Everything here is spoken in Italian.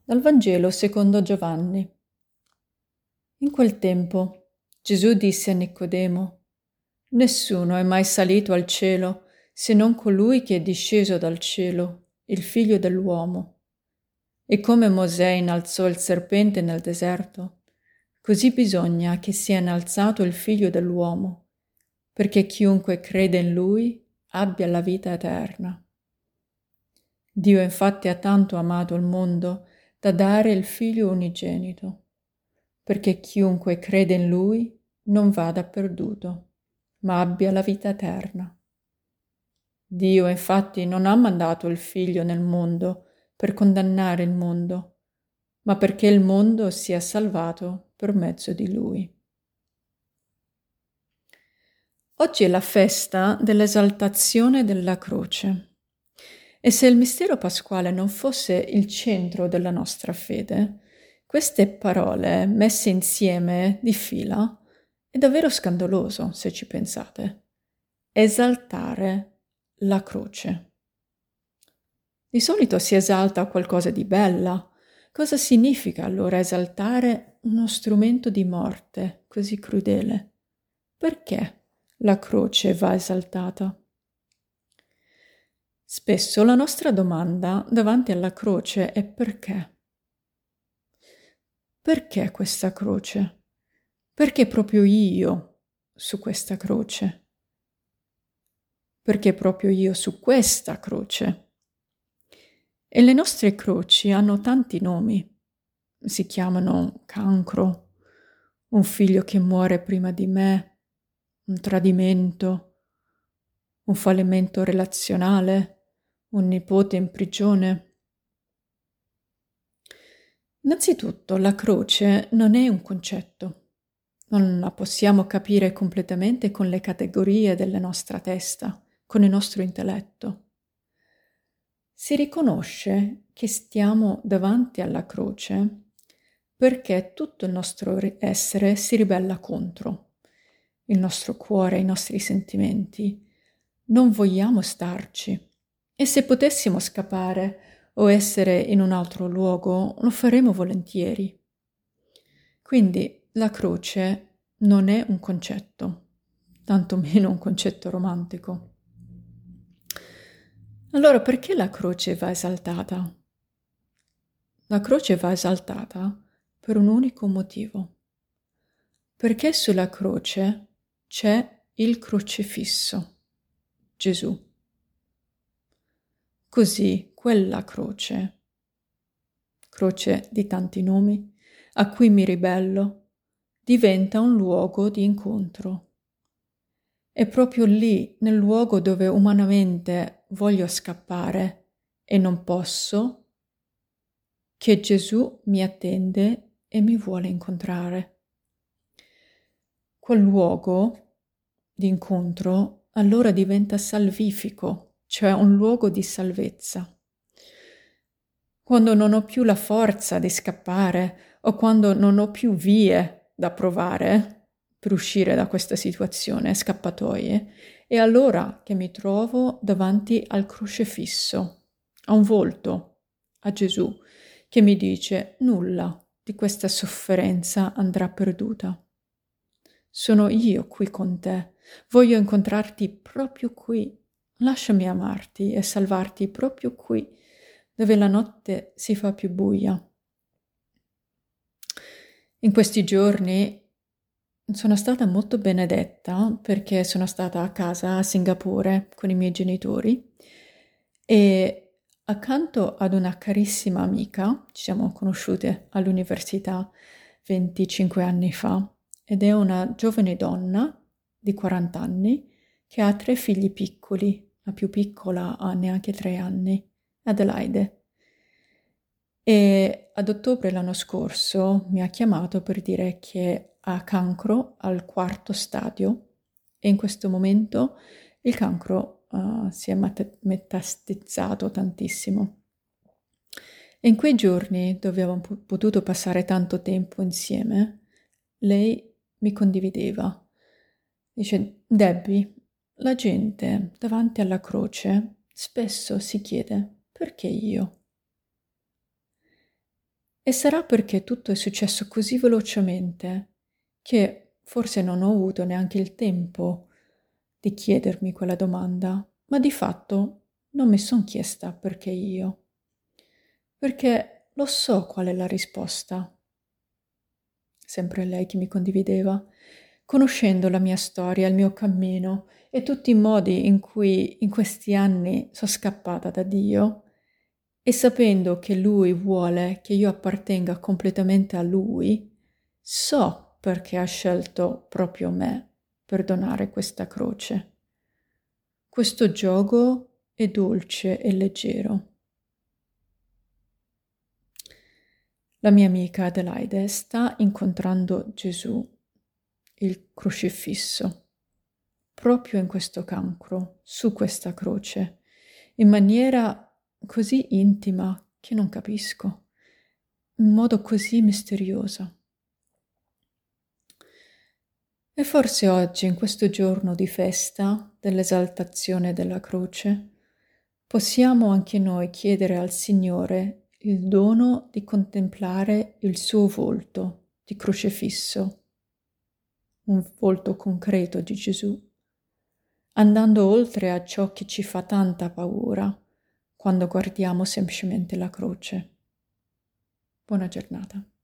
Dal Vangelo secondo Giovanni. In quel tempo Gesù disse a Nicodemo: Nessuno è mai salito al cielo se non colui che è disceso dal cielo, il Figlio dell'uomo. E come Mosè innalzò il serpente nel deserto, così bisogna che sia innalzato il Figlio dell'uomo, perché chiunque crede in lui abbia la vita eterna. Dio infatti ha tanto amato il mondo da dare il Figlio unigenito, perché chiunque crede in Lui non vada perduto, ma abbia la vita eterna. Dio infatti non ha mandato il Figlio nel mondo per condannare il mondo, ma perché il mondo sia salvato per mezzo di Lui. Oggi è la festa dell'esaltazione della croce. E se il mistero pasquale non fosse il centro della nostra fede, queste parole messe insieme di fila è davvero scandaloso, se ci pensate. Esaltare la croce. Di solito si esalta qualcosa di bella. Cosa significa allora esaltare uno strumento di morte così crudele? Perché la croce va esaltata? Spesso la nostra domanda davanti alla croce è perché? Perché questa croce? Perché proprio io su questa croce? Perché proprio io su questa croce? E le nostre croci hanno tanti nomi. Si chiamano cancro, un figlio che muore prima di me, un tradimento, un fallimento relazionale, un nipote in prigione. Innanzitutto, la croce non è un concetto. Non la possiamo capire completamente con le categorie della nostra testa, con il nostro intelletto. Si riconosce che stiamo davanti alla croce perché tutto il nostro essere si ribella contro. Il nostro cuore, i nostri sentimenti. Non vogliamo starci. E se potessimo scappare o essere in un altro luogo, lo faremo volentieri. Quindi la croce non è un concetto, tantomeno un concetto romantico. Allora perché la croce va esaltata? La croce va esaltata per un unico motivo. Perché sulla croce c'è il crocifisso, Gesù. Così quella croce di tanti nomi, a cui mi ribello, diventa un luogo di incontro. È proprio lì, nel luogo dove umanamente voglio scappare e non posso, che Gesù mi attende e mi vuole incontrare. Quel luogo di incontro allora diventa salvifico, cioè un luogo di salvezza. Quando non ho più la forza di scappare o quando non ho più vie da provare per uscire da questa situazione, scappatoie, è allora che mi trovo davanti al crocifisso, a un volto, a Gesù, che mi dice: nulla di questa sofferenza andrà perduta. Sono io qui con te, voglio incontrarti proprio qui, lasciami amarti e salvarti proprio qui, dove la notte si fa più buia. In questi giorni sono stata molto benedetta perché sono stata a casa a Singapore con i miei genitori e accanto ad una carissima amica, ci siamo conosciute all'università 25 anni fa, ed è una giovane donna di 40 anni che ha 3 figli piccoli, la più piccola ha neanche 3 anni, Adelaide. E ad ottobre l'anno scorso mi ha chiamato per dire che ha cancro al 4º stadio e in questo momento il cancro si è metastizzato tantissimo. E in quei giorni dove avevamo potuto passare tanto tempo insieme, lei mi condivideva. Dice: Debbie, la gente davanti alla croce spesso si chiede perché io? E sarà perché tutto è successo così velocemente che forse non ho avuto neanche il tempo di chiedermi quella domanda, ma di fatto non mi son chiesta perché io, perché lo so qual è la risposta. Sempre lei che mi condivideva, conoscendo la mia storia, il mio cammino e tutti i modi in cui in questi anni sono scappata da Dio e sapendo che Lui vuole che io appartenga completamente a Lui, so perché ha scelto proprio me per donare questa croce. Questo gioco è dolce e leggero. La mia amica Adelaide sta incontrando Gesù, il crocifisso, proprio in questo cancro, su questa croce, in maniera così intima che non capisco, in modo così misterioso. E forse oggi, in questo giorno di festa dell'esaltazione della croce, possiamo anche noi chiedere al Signore il dono di contemplare il suo volto di crocifisso, un volto concreto di Gesù, andando oltre a ciò che ci fa tanta paura quando guardiamo semplicemente la croce. Buona giornata.